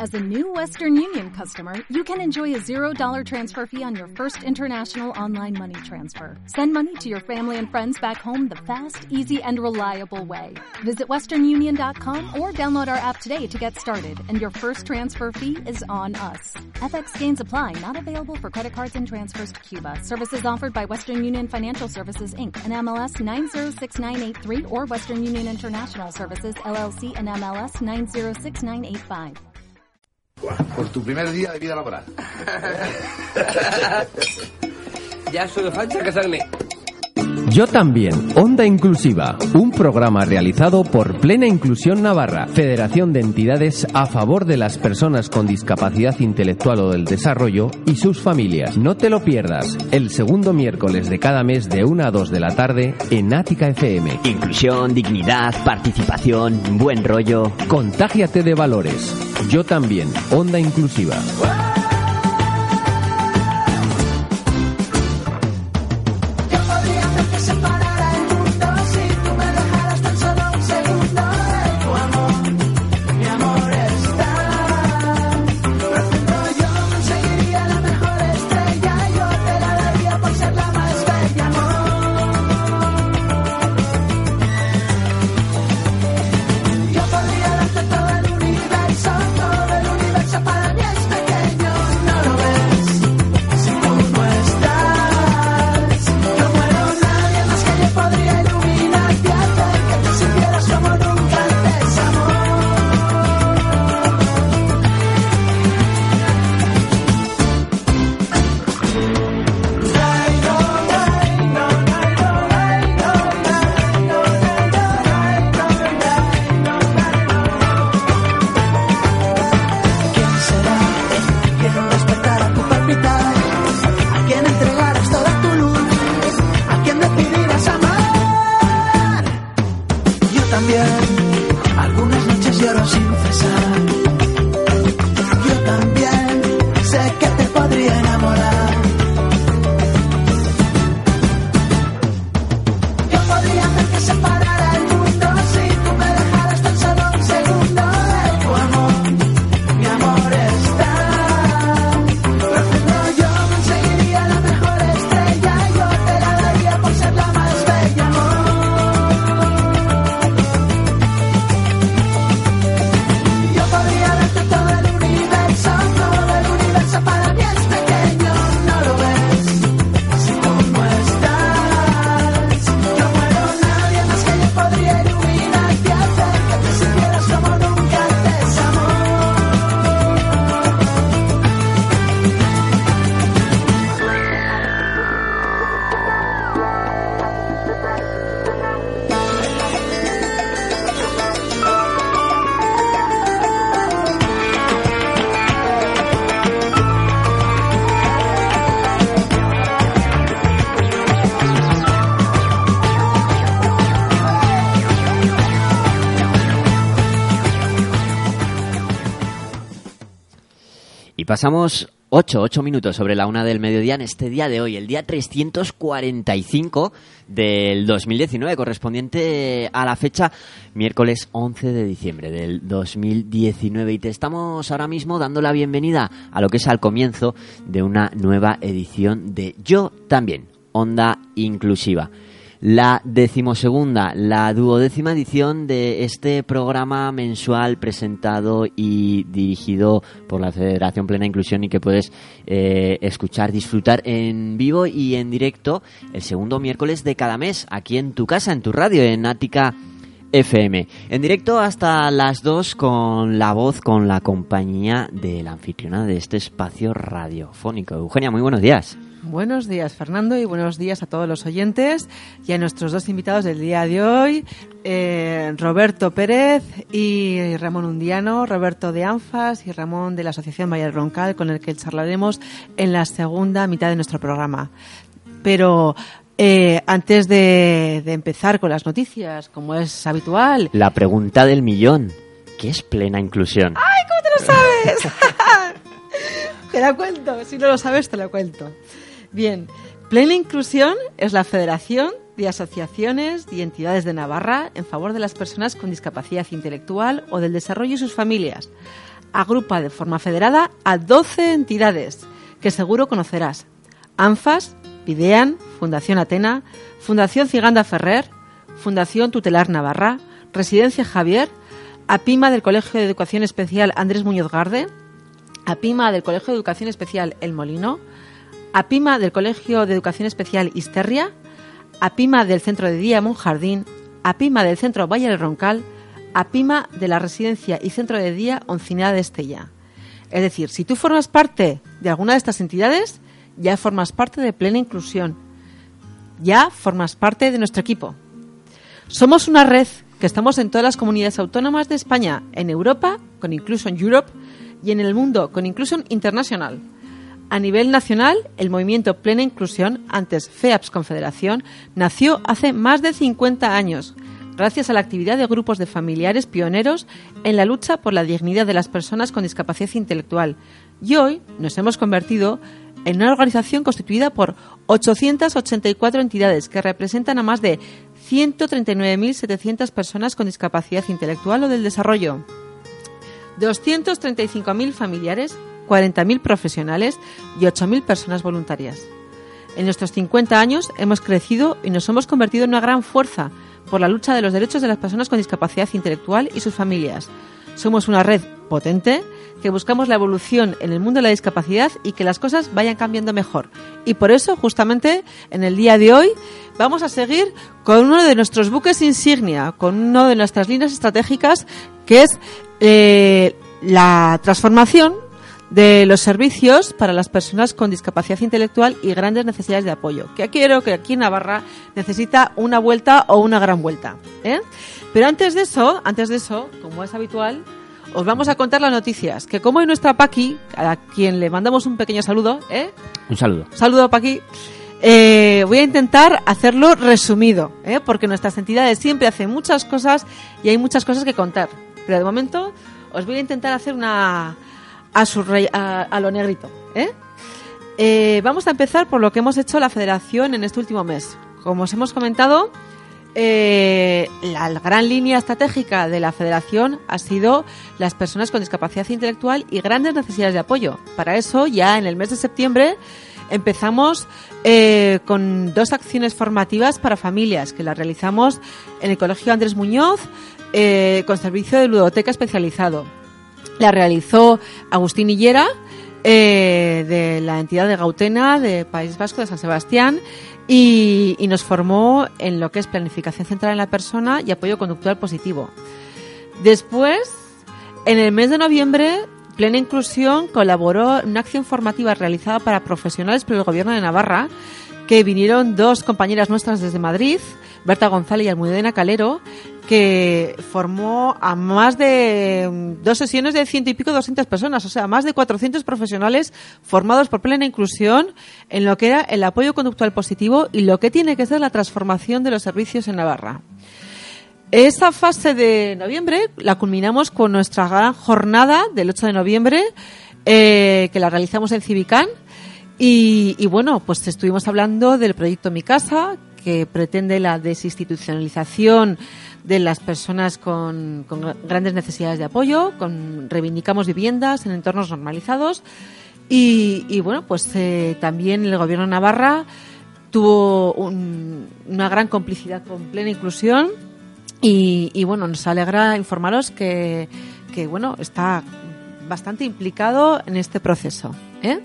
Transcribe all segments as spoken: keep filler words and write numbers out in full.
As a new Western Union customer, you can enjoy a zero dollar transfer fee on your first international online money transfer. Send money to your family and friends back home the fast, easy, and reliable way. Visit western union dot com or download our app today to get started, and your first transfer fee is on us. F X gains apply, not available for credit cards and transfers to Cuba. Services offered by Western Union Financial Services, Incorporated, and M L S nine zero six nine eight three or Western Union International Services, L L C, and M L S nine zero six nine eight five. Por tu primer día de vida laboral. Ya solo falta casarme. Yo también, Onda Inclusiva, un programa realizado por Plena Inclusión Navarra, Federación de Entidades a favor de las personas con discapacidad intelectual o del desarrollo y sus familias. No te lo pierdas, el segundo miércoles de cada mes de una a dos de la tarde en Ática F M. Inclusión, dignidad, participación, buen rollo. Contágiate de valores. Yo también, Onda Inclusiva. Pasamos ocho, ocho minutos sobre la una del mediodía en este día de hoy, el día trescientos cuarenta y cinco del dos mil diecinueve, correspondiente a la fecha miércoles once de diciembre del dos mil diecinueve. Y te estamos ahora mismo dando la bienvenida a lo que es al comienzo de una nueva edición de Yo También, Onda Inclusiva. La decimosegunda, la duodécima edición de este programa mensual presentado y dirigido por la Federación Plena Inclusión y que puedes eh, escuchar, disfrutar en vivo y en directo el segundo miércoles de cada mes aquí en tu casa, en tu radio, en Ática F M. En directo hasta las dos con la voz, con la compañía de la anfitriona de este espacio radiofónico. Eugenia, muy buenos días. Buenos días, Fernando, y buenos días a todos los oyentes y a nuestros dos invitados del día de hoy, eh, Roberto Pérez y Ramón Undiano, Roberto de ANFAS y Ramón de la Asociación Valle Roncal, con el que charlaremos en la segunda mitad de nuestro programa. Pero eh, antes de, de empezar con las noticias, como es habitual... La pregunta del millón, ¿qué es plena inclusión? ¡Ay, cómo te lo sabes! Te la cuento, si no lo sabes te la cuento. Bien, Plena Inclusión es la Federación de Asociaciones y Entidades de Navarra en favor de las personas con discapacidad intelectual o del desarrollo y sus familias, agrupa de forma federada a doce entidades que seguro conocerás. ANFAS, Pidean, Fundación Atena, Fundación Ciganda Ferrer, Fundación Tutelar Navarra, Residencia Javier, APIMA del Colegio de Educación Especial Andrés Muñoz Garde, APIMA del Colegio de Educación Especial El Molino, APIMA del Colegio de Educación Especial Isterria, APIMA del Centro de Día Monjardín, APIMA del Centro Valle del Roncal, APIMA de la Residencia y Centro de Día Oncineda de Estella. Es decir, si tú formas parte de alguna de estas entidades, ya formas parte de Plena Inclusión, ya formas parte de nuestro equipo. Somos una red que estamos en todas las comunidades autónomas de España, en Europa con Inclusion Europe y en el mundo con Inclusion International. A nivel nacional, el movimiento Plena Inclusión, antes FEAPS Confederación, nació hace más de cincuenta años, gracias a la actividad de grupos de familiares pioneros en la lucha por la dignidad de las personas con discapacidad intelectual. Y hoy nos hemos convertido en una organización constituida por ochocientas ochenta y cuatro entidades que representan a más de ciento treinta y nueve mil setecientas personas con discapacidad intelectual o del desarrollo, doscientos treinta y cinco mil familiares, cuarenta mil profesionales y ocho mil personas voluntarias. En estos cincuenta años hemos crecido y nos hemos convertido en una gran fuerza por la lucha de los derechos de las personas con discapacidad intelectual y sus familias. Somos una red potente que buscamos la evolución en el mundo de la discapacidad y que las cosas vayan cambiando mejor. Y por eso, justamente, en el día de hoy, vamos a seguir con uno de nuestros buques insignia, con una de nuestras líneas estratégicas, que es eh, la transformación de los servicios para las personas con discapacidad intelectual y grandes necesidades de apoyo. Que quiero que aquí en Navarra necesita una vuelta o una gran vuelta, ¿eh? Pero antes de eso, antes de eso, como es habitual, os vamos a contar las noticias. Que como hoy nuestra Paqui, a quien le mandamos un pequeño saludo, ¿eh? Un saludo. Saludo, Paqui. Eh, voy a intentar hacerlo resumido, ¿eh? Porque nuestras entidades siempre hacen muchas cosas y hay muchas cosas que contar. Pero de momento os voy a intentar hacer una a, su rey, a, a lo negrito, ¿eh? Eh, vamos a empezar por lo que hemos hecho la Federación en este último mes. Como os hemos comentado, eh, la, la gran línea estratégica de la Federación ha sido las personas con discapacidad intelectual y grandes necesidades de apoyo. Para eso, ya en el mes de septiembre, empezamos eh, con dos acciones formativas para familias que las realizamos en el Colegio Andrés Muñoz eh, con servicio de ludoteca especializado. La realizó Agustín Illera, eh, de la entidad de Gautena, de País Vasco, de San Sebastián, y, y nos formó en lo que es planificación central en la persona y apoyo conductual positivo. Después, en el mes de noviembre, Plena Inclusión colaboró en una acción formativa realizada para profesionales por el Gobierno de Navarra, que vinieron dos compañeras nuestras desde Madrid, Berta González y Almudena Calero, que formó a más de dos sesiones de ciento y pico, doscientas personas, o sea, más de cuatrocientos profesionales formados por Plena Inclusión en lo que era el apoyo conductual positivo y lo que tiene que ser la transformación de los servicios en Navarra. Esa fase de noviembre la culminamos con nuestra gran jornada del ocho de noviembre, eh, que la realizamos en Civicán. Y, y bueno, pues estuvimos hablando del proyecto Mi Casa, que pretende la desinstitucionalización de las personas con, con grandes necesidades de apoyo, con reivindicamos viviendas en entornos normalizados. Y, y bueno, pues eh, también el Gobierno de Navarra tuvo un, una gran complicidad con Plena Inclusión. Y, y bueno, nos alegra informaros que, que bueno, está bastante implicado en este proceso, ¿eh?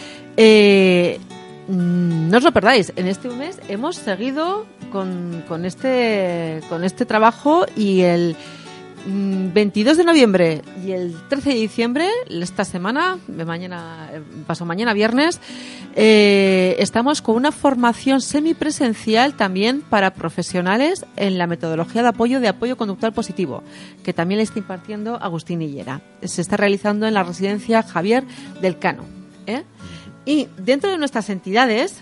Eh, no os lo perdáis, en este mes hemos seguido con, con este con este trabajo y el veintidós de noviembre y el trece de diciembre, esta semana, de mañana, paso mañana viernes, eh, estamos con una formación semipresencial también para profesionales en la metodología de apoyo de apoyo conductual positivo, que también le está impartiendo Agustín Illera. Se está realizando en la residencia Javier del Cano, ¿eh? Y dentro de nuestras entidades,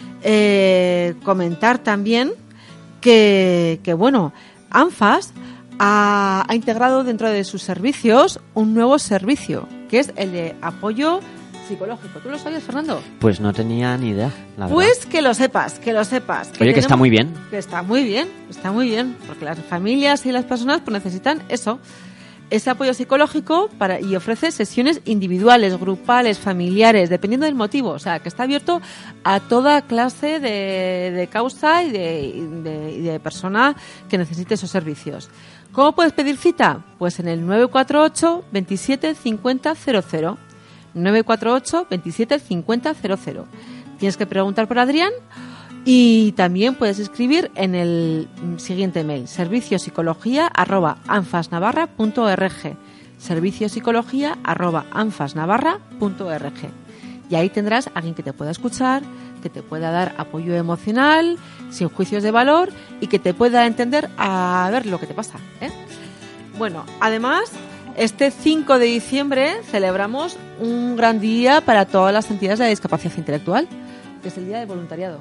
eh, comentar también que, que bueno, ANFAS ha, ha integrado dentro de sus servicios un nuevo servicio, que es el de apoyo psicológico. ¿Tú lo sabías, Fernando? Pues no tenía ni idea, la verdad. Pues que lo sepas, que lo sepas. Que Oye, tenemos, que está muy bien. Que está muy bien, está muy bien, porque las familias y las personas pues necesitan eso. ese apoyo psicológico para, y ofrece sesiones individuales, grupales, familiares, dependiendo del motivo. O sea, que está abierto a toda clase de, de causa y de, y de, y de persona que necesite esos servicios. ¿Cómo puedes pedir cita? Pues en el nueve cuatro ocho, veintisiete, cincuenta, cero cero. nueve cuatro ocho, veintisiete, cincuenta, cero cero. Tienes que preguntar por Adrián y también puedes escribir en el siguiente mail: serviciopsicología arroba anfasnavarra punto org. serviciopsicología arroba anfasnavarra punto org. Y ahí tendrás a alguien que te pueda escuchar, que te pueda dar apoyo emocional, sin juicios de valor y que te pueda entender a ver lo que te pasa, ¿eh? Bueno, además, este cinco de diciembre celebramos un gran día para todas las entidades de la discapacidad intelectual, que es el Día del Voluntariado.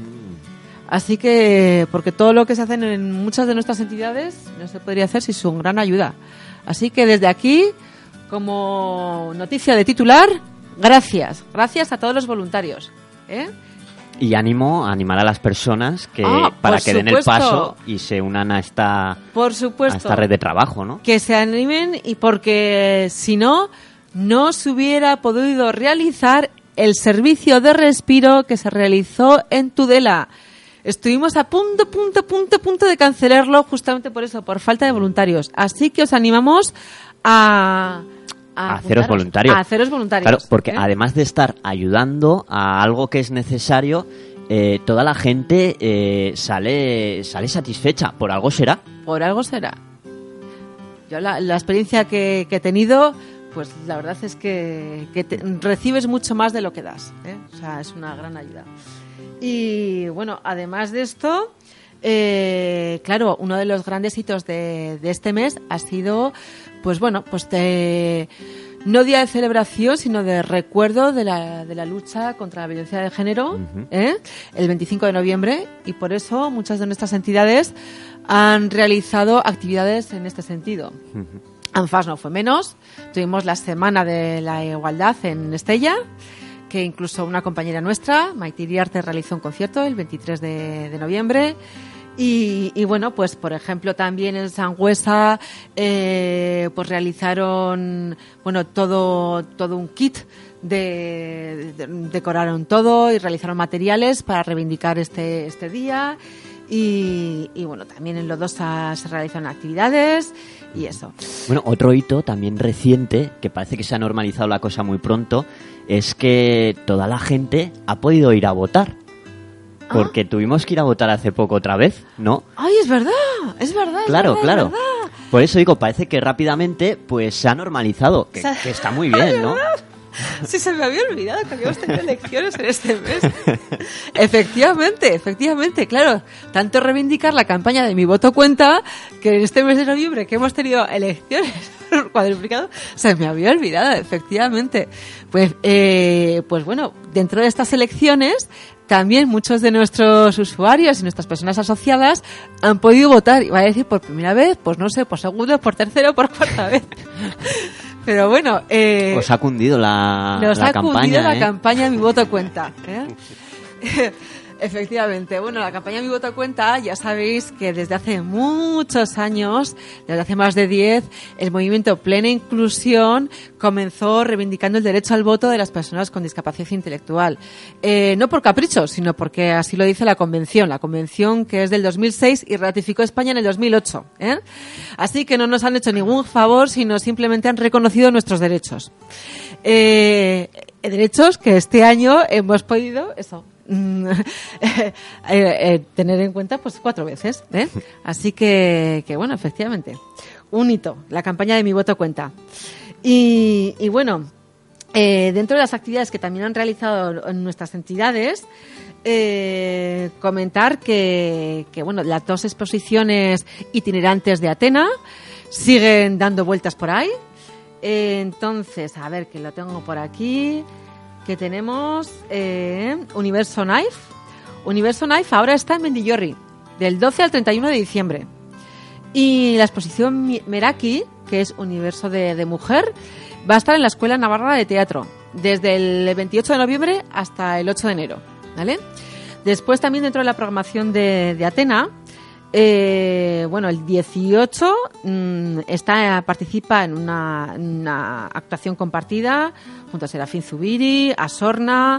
Así que, porque todo lo que se hace en muchas de nuestras entidades no se podría hacer sin su gran ayuda. Así que desde aquí, como noticia de titular, gracias, gracias a todos los voluntarios, ¿eh? Y ánimo, animar a las personas que Ah, para por que den el supuesto. paso y se unan a esta, Por supuesto. a esta red de trabajo, ¿no? Que se animen, y porque si no, no se hubiera podido realizar el servicio de respiro que se realizó en Tudela. Estuvimos a punto, punto, punto, punto de cancelarlo justamente por eso, por falta de voluntarios. Así que os animamos a... A haceros voluntarios. A haceros voluntarios. Claro, porque ¿eh? además de estar ayudando a algo que es necesario, eh, toda la gente eh, sale sale satisfecha. Por algo será. Por algo será. Yo la, la experiencia que, que he tenido, pues la verdad es que, que te, recibes mucho más de lo que das, ¿eh? O sea, es una gran ayuda. Y bueno, además de esto, eh, claro, uno de los grandes hitos de, de este mes ha sido, pues bueno, pues de, no día de celebración, sino de recuerdo de la, de la lucha contra la violencia de género, Uh-huh. ¿eh? El veinticinco de noviembre, y por eso muchas de nuestras entidades han realizado actividades en este sentido. Uh-huh. ANFAS no fue menos. Tuvimos la Semana de la Igualdad en Estella, que incluso una compañera nuestra, Maite Iriarte, realizó un concierto el veintitrés de, de noviembre. Y, y bueno, pues por ejemplo también en Sangüesa eh, pues realizaron bueno todo todo un kit de, de decoraron todo y realizaron materiales para reivindicar este este día. Y, y bueno, también en Lodosa se realizaron actividades y eso. Bueno, otro hito también reciente, que parece que se ha normalizado la cosa muy pronto, es que toda la gente ha podido ir a votar. Porque ¿Ah? Tuvimos que ir a votar hace poco otra vez, ¿no? ¡Ay, es verdad! Es verdad, es Claro, verdad, claro. es verdad. Por eso digo, parece que rápidamente pues se ha normalizado, que, que está muy bien, ¿no? Sí, se me había olvidado que habíamos tenido elecciones en este mes. Efectivamente, efectivamente, claro. Tanto reivindicar la campaña de Mi Voto Cuenta, que en este mes de noviembre que hemos tenido elecciones cuadruplicado, se me había olvidado, efectivamente. Pues, eh, pues bueno, dentro de estas elecciones, también muchos de nuestros usuarios y nuestras personas asociadas han podido votar. Iba a decir por primera vez, pues no sé, por segunda, por tercera, por cuarta vez. Pero bueno, eh, os ha cundido la, nos la ha campaña, cundido ¿eh? la campaña Mi Voto Cuenta, ¿eh? Efectivamente. Bueno, la campaña Mi Voto Cuenta, ya sabéis que desde hace muchos años, desde hace más de diez, el movimiento Plena Inclusión comenzó reivindicando el derecho al voto de las personas con discapacidad intelectual. Eh, no por capricho, sino porque así lo dice la Convención, la Convención que es del dos mil seis y ratificó España en el dos mil ocho, ¿eh? Así que no nos han hecho ningún favor, sino simplemente han reconocido nuestros derechos. Eh, derechos que este año hemos podido, eso, eh, eh, tener en cuenta pues cuatro veces, ¿eh? Así que, que bueno, efectivamente, un hito, la campaña de Mi Voto Cuenta. Y, y bueno, eh, dentro de las actividades que también han realizado en nuestras entidades, eh, comentar que, que bueno, las dos exposiciones itinerantes de Atena siguen dando vueltas por ahí. Eh, entonces, a ver, que lo tengo por aquí, que tenemos eh, Universo Knife. Universo Knife ahora está en Mendillorri, del doce al treinta y uno de diciembre. Y la exposición Meraki, que es Universo de, de Mujer, va a estar en la Escuela Navarra de Teatro, desde el veintiocho de noviembre hasta el ocho de enero, ¿vale? Después también dentro de la programación de, de Atena, eh, bueno, el dieciocho mmm, está, participa en una, una actuación compartida junto a Serafín Zubiri, a Sorna,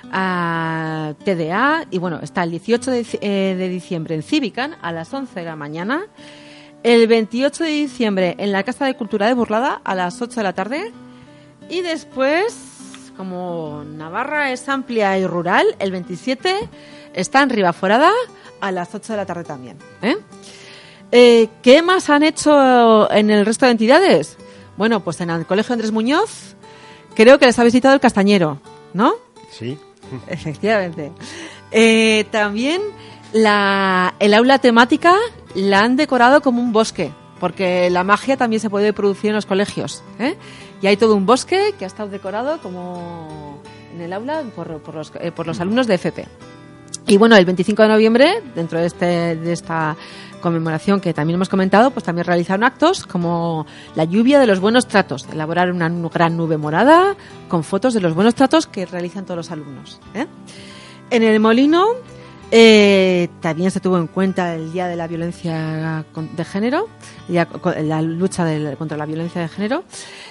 a T D A, y bueno, está el dieciocho de, eh, de diciembre en Civican a las once de la mañana, el veintiocho de diciembre en la Casa de Cultura de Burlada a las ocho de la tarde, y después, como Navarra es amplia y rural, el veintisiete está en Ribaforada a las ocho de la tarde también. ¿eh? Eh, ¿Qué más han hecho en el resto de entidades? Bueno, pues en el Colegio Andrés Muñoz creo que les ha visitado el Castañero, ¿no? Sí. Efectivamente. Eh, también la, el aula temática la han decorado como un bosque, porque la magia también se puede producir en los colegios. ¿eh? Y hay todo un bosque que ha estado decorado como en el aula por, por, los, eh, por los alumnos de F P. Y bueno, el veinticinco de noviembre, dentro de, este, de esta conmemoración que también hemos comentado, pues también realizaron actos como la lluvia de los buenos tratos, elaborar una gran nube morada con fotos de los buenos tratos que realizan todos los alumnos. ¿eh? En el Molino eh, también se tuvo en cuenta el Día de la Violencia de Género, ya, la lucha de, contra la violencia de género.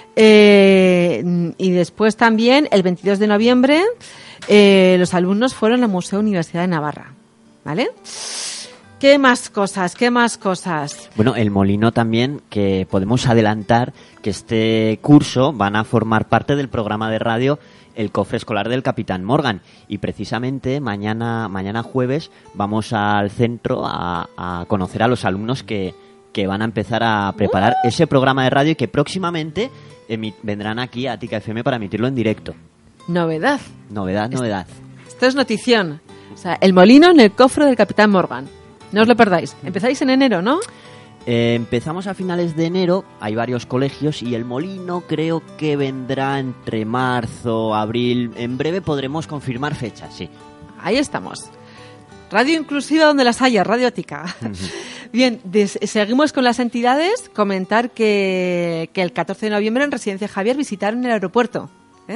Eh, y después también, el veintidós de noviembre, eh, los alumnos fueron al Museo Universidad de Navarra. ¿Vale? ¿Qué más cosas? ¿Qué más cosas? Bueno, el Molino también, que podemos adelantar que este curso van a formar parte del programa de radio El Cofre Escolar del Capitán Morgan. Y precisamente mañana, mañana jueves vamos al centro a, a conocer a los alumnos que, que van a empezar a preparar uh. ese programa de radio y que próximamente emi- vendrán aquí a Tica F M para emitirlo en directo. Novedad. Novedad, novedad. Esto es notición. O sea, el Molino en el Cofre del Capitán Morgan. No os lo perdáis. Empezáis en enero, ¿no? Eh, empezamos a finales de enero, hay varios colegios y el Molino creo que vendrá entre marzo, abril. En breve podremos confirmar fechas, sí. Ahí estamos. Radio inclusiva donde las haya, Radio Tica. Uh-huh. Bien, des- seguimos con las entidades. Comentar que, que el catorce de noviembre en Residencia Javier visitaron el aeropuerto. ¿Eh?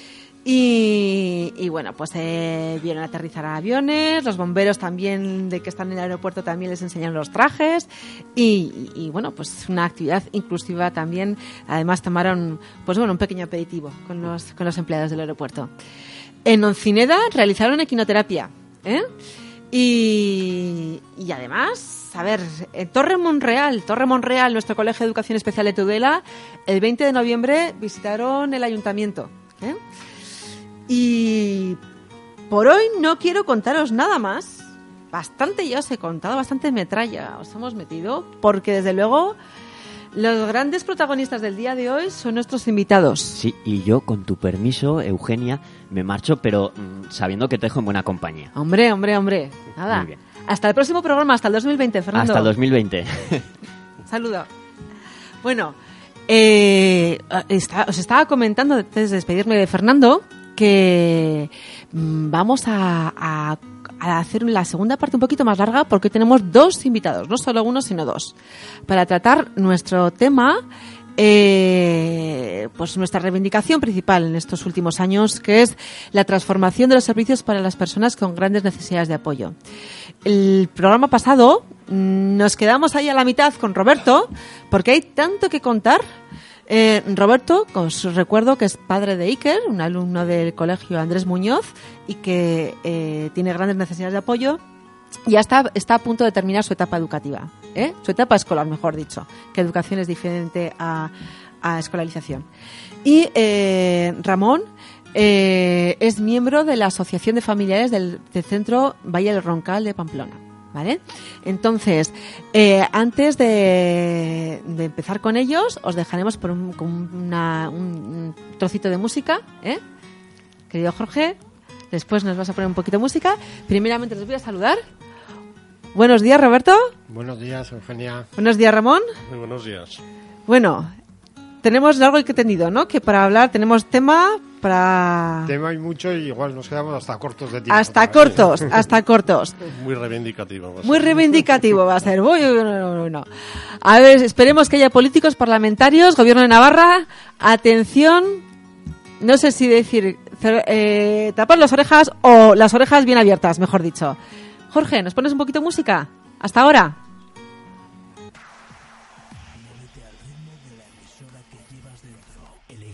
Y, y bueno, pues eh, vieron aterrizar aviones, los bomberos también de que están en el aeropuerto también les enseñaron los trajes y, y, y bueno, pues una actividad inclusiva también. Además tomaron pues bueno un pequeño aperitivo con los, con los empleados del aeropuerto. En Oncineda realizaron equinoterapia, ¿eh? Y, y además, a ver, en Torre Monreal, Torre Monreal, nuestro Colegio de Educación Especial de Tudela, el veinte de noviembre visitaron el ayuntamiento, ¿eh? Y por hoy no quiero contaros nada más. Bastante ya os he contado, bastante metralla os hemos metido, porque desde luego los grandes protagonistas del día de hoy son nuestros invitados. Sí, y yo, con tu permiso, Eugenia, me marcho, pero mmm, sabiendo que te dejo en buena compañía. Hombre, hombre, hombre. Nada. Muy bien. Hasta el próximo programa, hasta el dos mil veinte, Fernando. Hasta el dos mil veinte. Saludo. Bueno, eh, está, os estaba comentando antes de despedirme de Fernando que mmm, vamos a, a, a hacer la segunda parte un poquito más larga porque tenemos dos invitados, no solo uno sino dos, para tratar nuestro tema, eh, pues nuestra reivindicación principal en estos últimos años, que es la transformación de los servicios para las personas con grandes necesidades de apoyo. El programa pasado mmm, nos quedamos ahí a la mitad con Roberto porque hay tanto que contar. Eh, Roberto, os recuerdo que es padre de Iker, un alumno del colegio Andrés Muñoz y que eh, tiene grandes necesidades de apoyo. Ya está, está a punto de terminar su etapa educativa, ¿eh? Su etapa escolar, mejor dicho, que educación es diferente a, a escolarización. Y eh, Ramón eh, es miembro de la Asociación de Familiares del, del Centro Valle del Roncal de Pamplona. ¿Vale? Entonces, eh, antes de, de empezar con ellos, os dejaremos por un, con una, un trocito de música, ¿eh? Querido Jorge, después nos vas a poner un poquito de música. Primeramente les voy a saludar. Buenos días, Roberto. Buenos días, Eugenia. Buenos días, Ramón. Muy buenos días. Bueno, tenemos largo y tendido, ¿no? Que para hablar tenemos tema para... Tema hay mucho y igual nos quedamos hasta cortos de tiempo. Hasta cortos, hasta cortos. Muy reivindicativo. Va a ser. Muy reivindicativo va a ser. Uy, uy, no, no, no. A ver, esperemos que haya políticos, parlamentarios, gobierno de Navarra. Atención, no sé si decir eh, tapar las orejas o las orejas bien abiertas, mejor dicho. Jorge, ¿nos pones un poquito de música? Hasta ahora.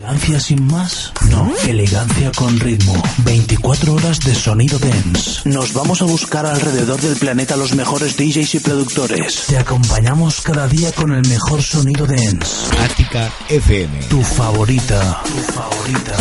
¿Elegancia sin más? No, elegancia con ritmo. veinticuatro horas de sonido dance. Nos vamos a buscar alrededor del planeta los mejores D Js y productores. Te acompañamos cada día con el mejor sonido dance. Ática F M. Tu favorita. Tu favorita.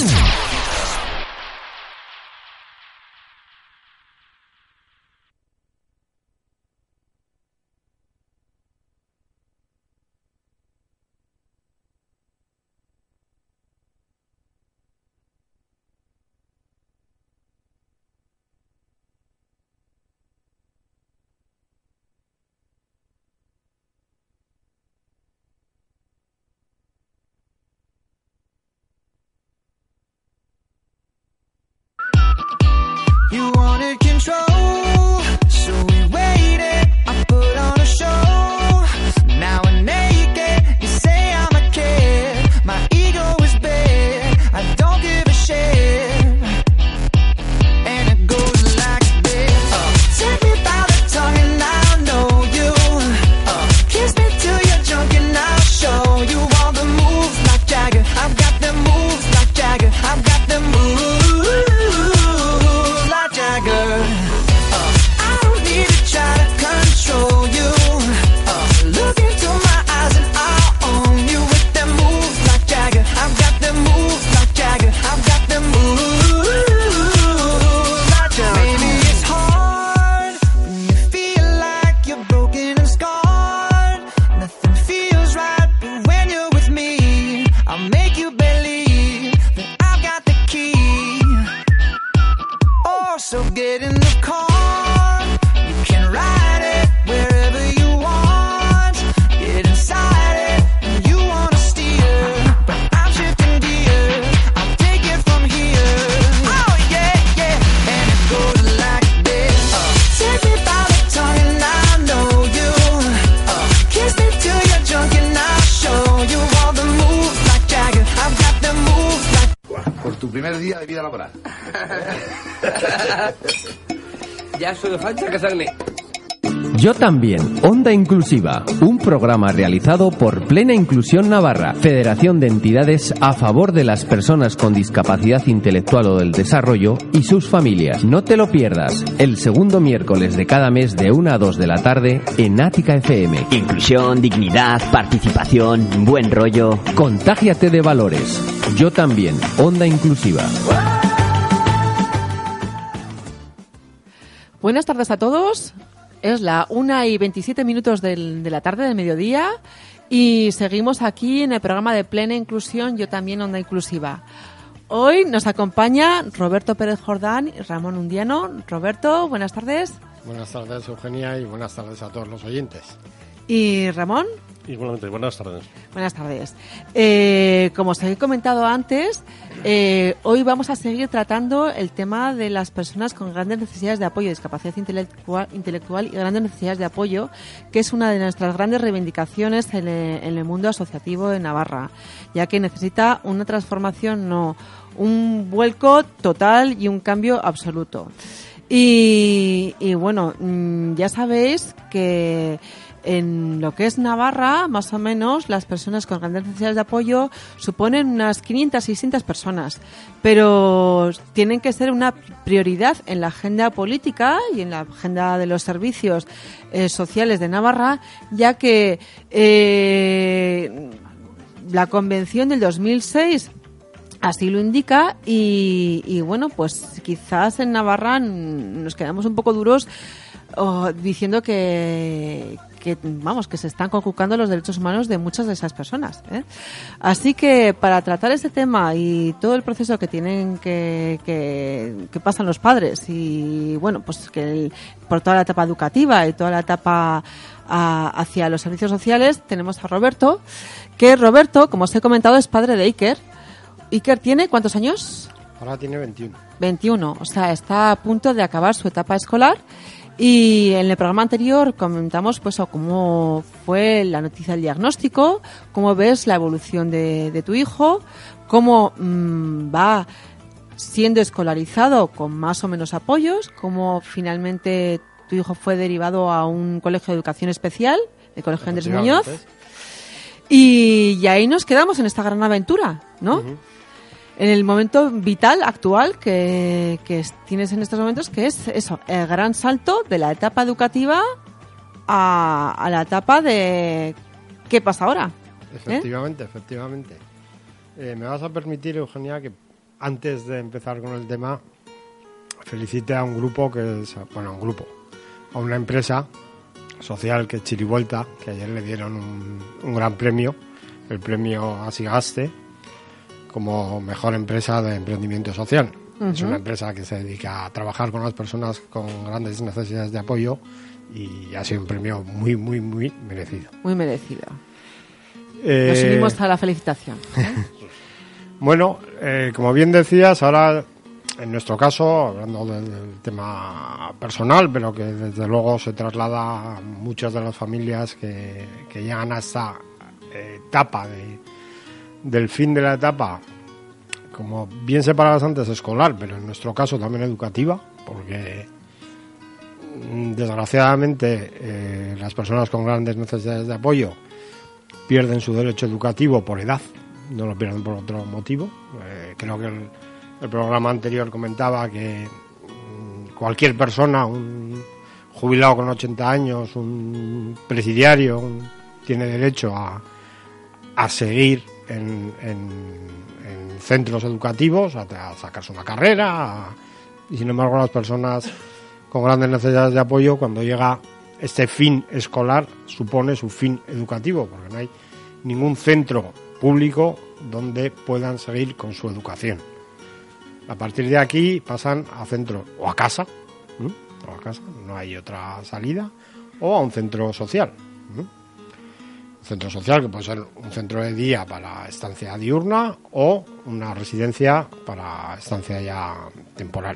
You wanted control, so we waited. I put on a show. Now I'm naked. You say I'm a kid. My ego is big. I don't give a shit. And it goes like this. Uh, take me by the tongue and I'll know you. Uh, kiss me till you're drunk and I'll show you all the moves like Jagger. I've got them moves like Jagger. I've got them moves. So get in the car, you can ride it wherever you want. Get inside it, and you wanna steer, but I'm shifting gears. I'll take it from here. Oh yeah, yeah, and it goes like this. Uh, take me by the tongue and I know you. Uh, kiss me till you're drunk and I'll show you all the moves like Jagger. I've got the moves like. Por tu primer día de vida laboral. Ya solo falta casarme. Yo también, Onda Inclusiva, un programa realizado por Plena Inclusión Navarra, Federación de Entidades a favor de las personas con discapacidad intelectual o del desarrollo y sus familias. No te lo pierdas, el segundo miércoles de cada mes de una a dos de la tarde en Ática F M. Inclusión, dignidad, participación, buen rollo. Contágiate de valores. Yo también, Onda Inclusiva. Buenas tardes a todos. Es la una y veintisiete minutos del, de la tarde, del mediodía, y seguimos aquí en el programa de Plena Inclusión, Yo también, Onda Inclusiva. Hoy nos acompaña Roberto Pérez Jordán y Ramón Undiano. Roberto, buenas tardes. Buenas tardes, Eugenia, y buenas tardes a todos los oyentes. ¿Y Ramón? Igualmente, buenas tardes. Buenas tardes. Eh, como os he comentado antes, eh, hoy vamos a seguir tratando el tema de las personas con grandes necesidades de apoyo, discapacidad intelectual, intelectual y grandes necesidades de apoyo, que es una de nuestras grandes reivindicaciones en el, en el mundo asociativo de Navarra, ya que necesita una transformación, no, un vuelco total y un cambio absoluto. Y, y bueno, ya sabéis que en lo que es Navarra, más o menos, las personas con grandes necesidades de apoyo suponen unas quinientas, seiscientas personas, pero tienen que ser una prioridad en la agenda política y en la agenda de los servicios eh, sociales de Navarra, ya que eh, la Convención del dos mil seis así lo indica y, y bueno, pues quizás en Navarra nos quedamos un poco duros oh, diciendo que, que, vamos, que se están conculcando los derechos humanos de muchas de esas personas, ¿eh? Así que para tratar este tema y todo el proceso que tienen que, que, que pasan los padres y bueno, pues que el, por toda la etapa educativa y toda la etapa a, hacia los servicios sociales, tenemos a Roberto, que Roberto, como os he comentado, es padre de Iker. Iker tiene ¿cuántos años? Ahora tiene veintiuno. veintiuno, o sea, está a punto de acabar su etapa escolar. Y en el programa anterior comentamos pues cómo fue la noticia del diagnóstico, cómo ves la evolución de, de tu hijo, cómo mmm, va siendo escolarizado con más o menos apoyos, cómo finalmente tu hijo fue derivado a un colegio de educación especial, el Colegio Andrés Muñoz. Y, y ahí nos quedamos en esta gran aventura, ¿no? Uh-huh. En el momento vital, actual, que, que tienes en estos momentos, que es eso, el gran salto de la etapa educativa a, a la etapa de ¿qué pasa ahora? Efectivamente, ¿Eh? efectivamente. Eh, me vas a permitir, Eugenia, que antes de empezar con el tema, felicite a un grupo que es, bueno, a un grupo, a una empresa social que es Chirivuelta, que ayer le dieron un, un gran premio, el premio Asigaste, como mejor empresa de emprendimiento social. Uh-huh. Es una empresa que se dedica a trabajar con las personas con grandes necesidades de apoyo y ha sido un premio muy, muy, muy merecido. Muy merecido. Eh... Nos unimos a la felicitación. ¿eh? Bueno, eh, como bien decías, ahora, en nuestro caso, hablando del, del tema personal, pero que desde luego se traslada a muchas de las familias que, que llegan a esta eh, etapa de, del fin de la etapa, como bien separadas antes, escolar, pero en nuestro caso también educativa, porque desgraciadamente eh, las personas con grandes necesidades de apoyo pierden su derecho educativo por edad, no lo pierden por otro motivo. Eh, creo que el, el programa anterior comentaba que mm, cualquier persona, un jubilado con ochenta años, un presidiario, un, tiene derecho a, a seguir en, en, en centros educativos, a, a sacarse una carrera, a, y sin embargo las personas con grandes necesidades de apoyo, cuando llega este fin escolar, supone su fin educativo, porque no hay ningún centro público donde puedan seguir con su educación. A partir de aquí pasan a centro o a casa, ¿eh? o a casa, no hay otra salida, o a un centro social. ¿eh? Un centro social que puede ser un centro de día para estancia diurna o una residencia para estancia ya temporal.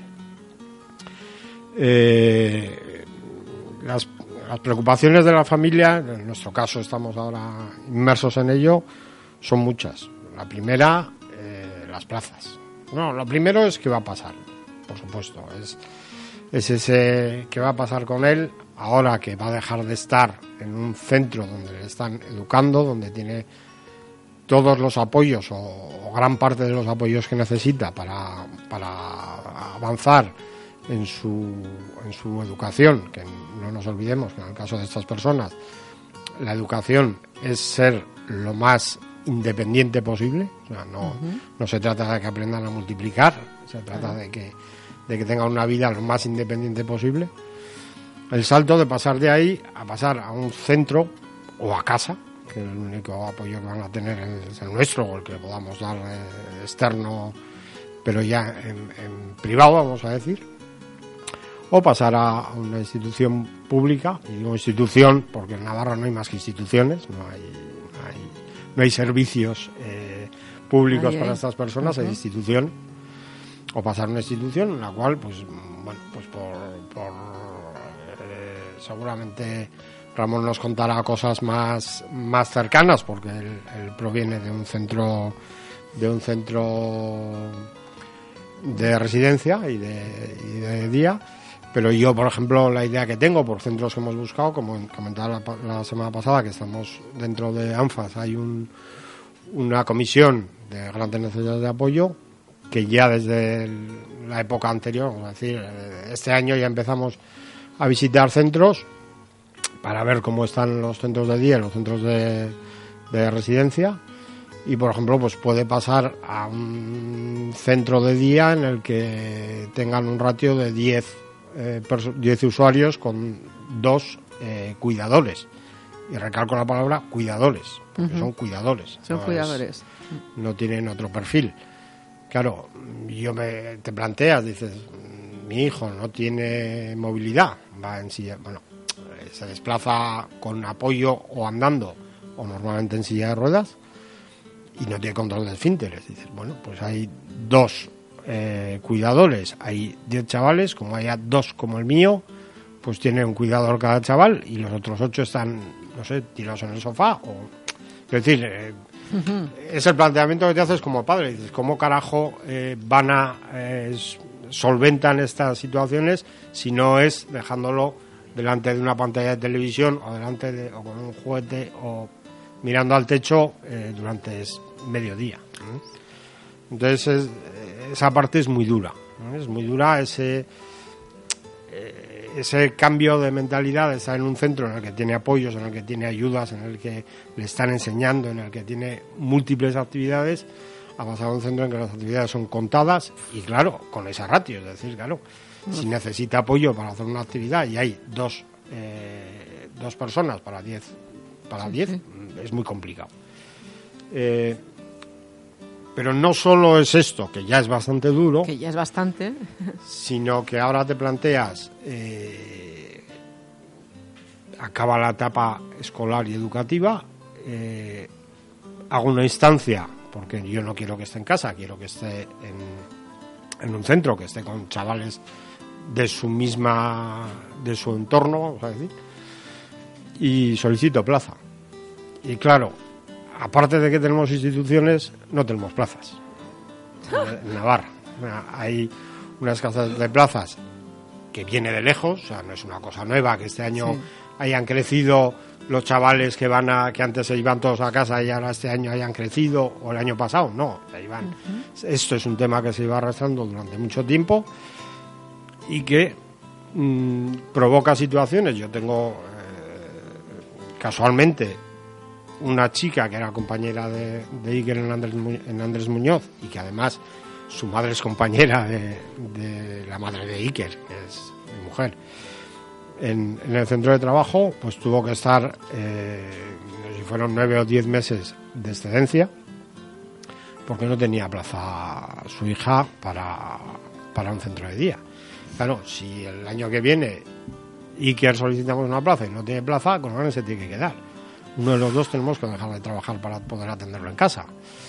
Eh, las, las preocupaciones de la familia, en nuestro caso estamos ahora inmersos en ello, son muchas. La primera, eh, las plazas. No, lo primero es qué va a pasar, por supuesto. Es, es ese qué va a pasar con él ahora que va a dejar de estar en un centro donde le están educando, donde tiene todos los apoyos o, o gran parte de los apoyos que necesita para, para avanzar en su, en su educación, que no nos olvidemos que en el caso de estas personas la educación es ser lo más independiente posible, o sea, no, uh-huh. no se trata de que aprendan a multiplicar, se trata uh-huh. de que, de que tengan una vida lo más independiente posible. El salto de pasar de ahí a pasar a un centro o a casa, que el único apoyo que van a tener es el nuestro o el que podamos dar eh, externo, pero ya en, en privado, vamos a decir, o pasar a una institución pública, y digo institución porque en Navarra no hay más que instituciones, no hay, no hay, no hay servicios eh, públicos Ay, para estas personas, uh-huh. hay institución, o pasar a una institución en la cual, pues bueno, pues por, por eh, seguramente Ramón nos contará cosas más, más cercanas, porque él, él proviene de un centro, de un centro de residencia y de, y de día. Pero yo, por ejemplo, la idea que tengo por centros que hemos buscado, como comentaba la, la semana pasada, que estamos dentro de ANFAS, hay un, una comisión de grandes necesidades de apoyo que ya desde el, la época anterior, vamos a decir, este año ya empezamos a visitar centros para ver cómo están los centros de día y los centros de, de residencia. Y, por ejemplo, pues puede pasar a un centro de día en el que tengan un ratio de diez Eh, diez usuarios con dos eh, cuidadores, y recalco la palabra cuidadores, porque uh-huh. son cuidadores, son no cuidadores, es, no tienen otro perfil. Claro, yo me te planteas, dices, mi hijo no tiene movilidad, va en silla, bueno, se desplaza con apoyo o andando o normalmente en silla de ruedas y no tiene control de esfínteres. Dices, bueno, pues hay dos Eh, cuidadores, hay diez chavales, como haya dos como el mío, pues tiene un cuidador cada chaval y los otros ocho están, no sé, tirados en el sofá. O, es decir, eh, uh-huh. es el planteamiento que te haces como padre. Dices, ¿cómo carajo eh, van a eh, solventan estas situaciones si no es dejándolo delante de una pantalla de televisión o delante de o con un juguete o mirando al techo eh, durante mediodía. ¿eh? Entonces es, esa parte es muy dura, ¿eh? Es muy dura ese eh, ese cambio de mentalidad de estar en un centro en el que tiene apoyos, en el que tiene ayudas, en el que le están enseñando, en el que tiene múltiples actividades, a pasar a un centro en que las actividades son contadas y claro, con esa ratio, es decir, claro, si necesita apoyo para hacer una actividad y hay dos eh, dos personas para diez para diez, sí, sí. Es muy complicado. Eh, pero no solo es esto, que ya es bastante duro, que ya es bastante, sino que ahora te planteas eh, acaba la etapa escolar y educativa, eh, hago una instancia, porque yo no quiero que esté en casa, quiero que esté en, en un centro, que esté con chavales de su misma, de su entorno, vamos a decir, y solicito plaza. Y claro, aparte de que tenemos instituciones, no tenemos plazas. En Navarra hay una escasez de plazas que viene de lejos, o sea, no es una cosa nueva que este año sí. hayan crecido los chavales que van a que antes se iban todos a casa y ahora este año hayan crecido, o el año pasado, no, se iban. Uh-huh. Esto es un tema que se iba arrastrando durante mucho tiempo y que mmm, provoca situaciones. Yo tengo eh, casualmente una chica que era compañera de, de Iker en Andrés, en Andrés Muñoz y que además su madre es compañera de, de la madre de Iker, que es mi mujer. En, en el centro de trabajo pues tuvo que estar eh, no sé si fueron nueve o diez meses de excedencia porque no tenía plaza su hija para, para un centro de día. Claro, si el año que viene Iker solicitamos una plaza y no tiene plaza, con alguien se tiene que quedar. Uno de los dos tenemos que dejar de trabajar para poder atenderlo en casa.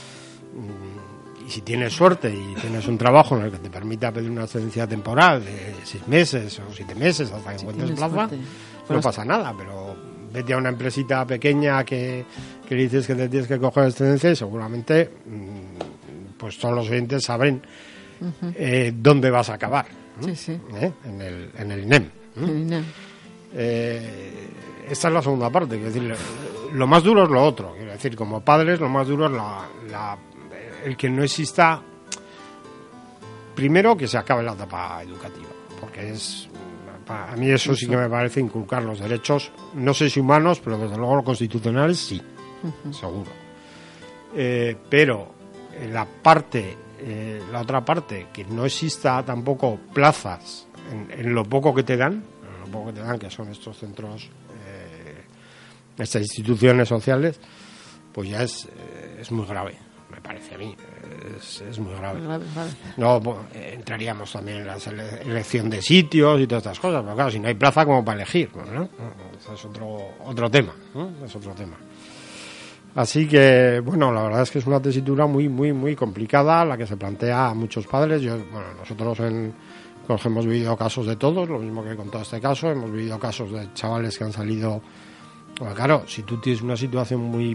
Y si tienes suerte y tienes un trabajo en el que te permita pedir una excedencia temporal de seis meses o siete meses hasta que si encuentres plaza, suerte. No pues pasa nada, pero vete a una empresita pequeña que, que le dices que te tienes que coger excedencia y seguramente pues todos los oyentes saben uh-huh. eh, dónde vas a acabar. Sí, sí. ¿Eh? En el en el I N E M. ¿eh? El I N E M. Eh, esta es la segunda parte, quiero decir, lo más duro es lo otro, quiero decir, como padres lo más duro es la, la, el que no exista, primero que se acabe la etapa educativa, porque es, a mí eso sí que me parece inculcar los derechos, no sé si humanos, pero desde luego los constitucionales sí, uh-huh. seguro. Eh, pero la parte, eh, la otra parte, que no exista tampoco plazas en, en lo poco que te dan, en lo poco que te dan, que son estos centros, estas instituciones sociales, pues ya es, es muy grave, me parece a mí, es, es muy grave. grave, grave. No pues, entraríamos también en la ele- elección de sitios y todas estas cosas, pero claro, si no hay plaza, ¿cómo para elegir? ¿No? Eso es otro otro tema, ¿no? Es otro tema. Así que, bueno, la verdad es que es una tesitura muy, muy, muy complicada, la que se plantea a muchos padres. Yo, bueno, nosotros en Coge hemos vivido casos de todos, lo mismo que he contado este caso, hemos vivido casos de chavales que han salido. Bueno, claro, si tú tienes una situación muy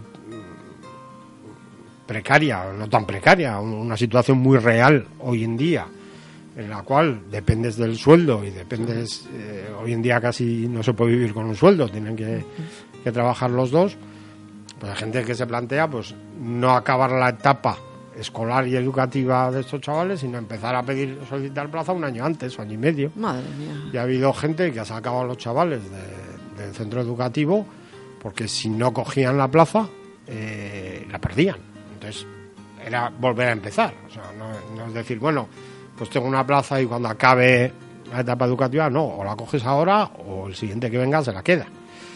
precaria, no tan precaria, una situación muy real hoy en día, en la cual dependes del sueldo y dependes, eh, hoy en día casi no se puede vivir con un sueldo, tienen que, que trabajar los dos, pues hay gente que se plantea pues no acabar la etapa escolar y educativa de estos chavales, sino empezar a pedir, solicitar plaza un año antes, o año y medio. Madre mía. Y ha habido gente que ha sacado a los chavales de, del centro educativo porque si no cogían la plaza, eh, la perdían. Entonces, era volver a empezar. O sea, no, no es decir, bueno, pues tengo una plaza y cuando acabe la etapa educativa, no, o la coges ahora o el siguiente que venga se la queda.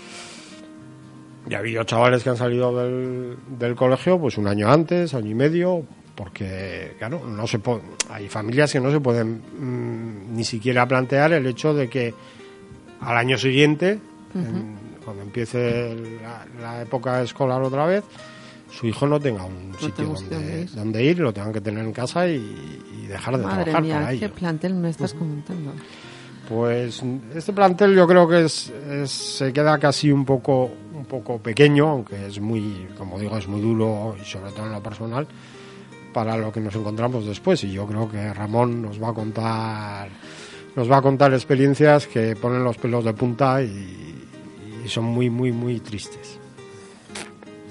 Y ha habido chavales que han salido del, del colegio pues un año antes, año y medio, porque, claro, no se po- hay familias que no se pueden mmm, ni siquiera plantear el hecho de que al año siguiente, uh-huh. en, cuando empiece la, la época escolar otra vez, su hijo no tenga un no sitio donde, donde ir, lo tengan que tener en casa y, y dejar de Madre trabajar mía, para ello. ¿qué plantel me estás uh-huh. comentando? Pues este plantel yo creo que es, es se queda casi un poco un poco pequeño, aunque es muy, como digo, es muy duro y sobre todo en lo personal para lo que nos encontramos después, y yo creo que Ramón nos va a contar nos va a contar experiencias que ponen los pelos de punta y, y son muy muy muy tristes.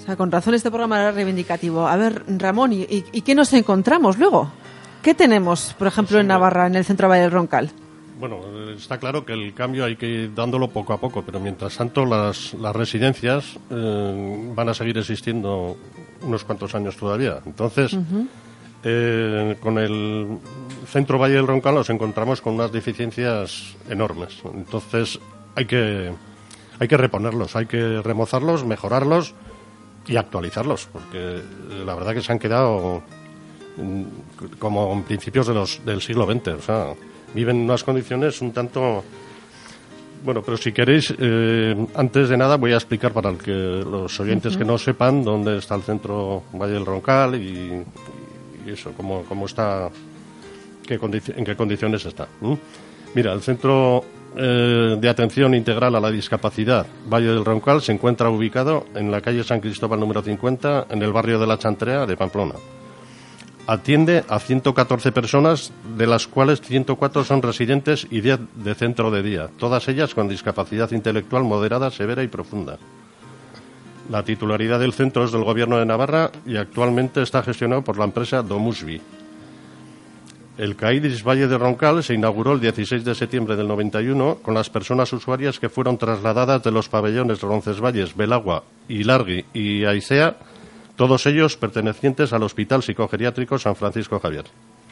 O sea, con razón este programa era reivindicativo. A ver, Ramón, ¿y, y, y qué nos encontramos luego? ¿Qué tenemos, por ejemplo, en Navarra, en el centro Valle del Roncal? Bueno, está claro que el cambio hay que ir dándolo poco a poco, pero mientras tanto las, las residencias eh, van a seguir existiendo unos cuantos años todavía. Entonces, uh-huh. eh, con el centro Valle del Roncal nos encontramos con unas deficiencias enormes. Entonces, hay que, hay que reponerlos, hay que remozarlos, mejorarlos y actualizarlos, porque la verdad que se han quedado como en principios de los, del siglo veinte, o sea, viven en unas condiciones un tanto... Bueno, pero si queréis, eh, antes de nada voy a explicar para el que, los oyentes uh-huh. que no sepan dónde está el centro Valle del Roncal y, y eso, cómo, cómo está, qué condici- en qué condiciones está. ¿Mm? Mira, el centro eh, de atención integral a la discapacidad Valle del Roncal se encuentra ubicado en la calle San Cristóbal número cincuenta, en el barrio de La Chantrea de Pamplona. Atiende a ciento catorce personas, de las cuales ciento cuatro son residentes y diez de centro de día, todas ellas con discapacidad intelectual moderada, severa y profunda. La titularidad del centro es del Gobierno de Navarra y actualmente está gestionado por la empresa Domusvi. El CAIDIS Valle de Roncal se inauguró el dieciséis de septiembre del noventa y uno con las personas usuarias que fueron trasladadas de los pabellones Roncesvalles, Belagua, Ilargi y Aicea, todos ellos pertenecientes al Hospital Psicogeriátrico San Francisco Javier.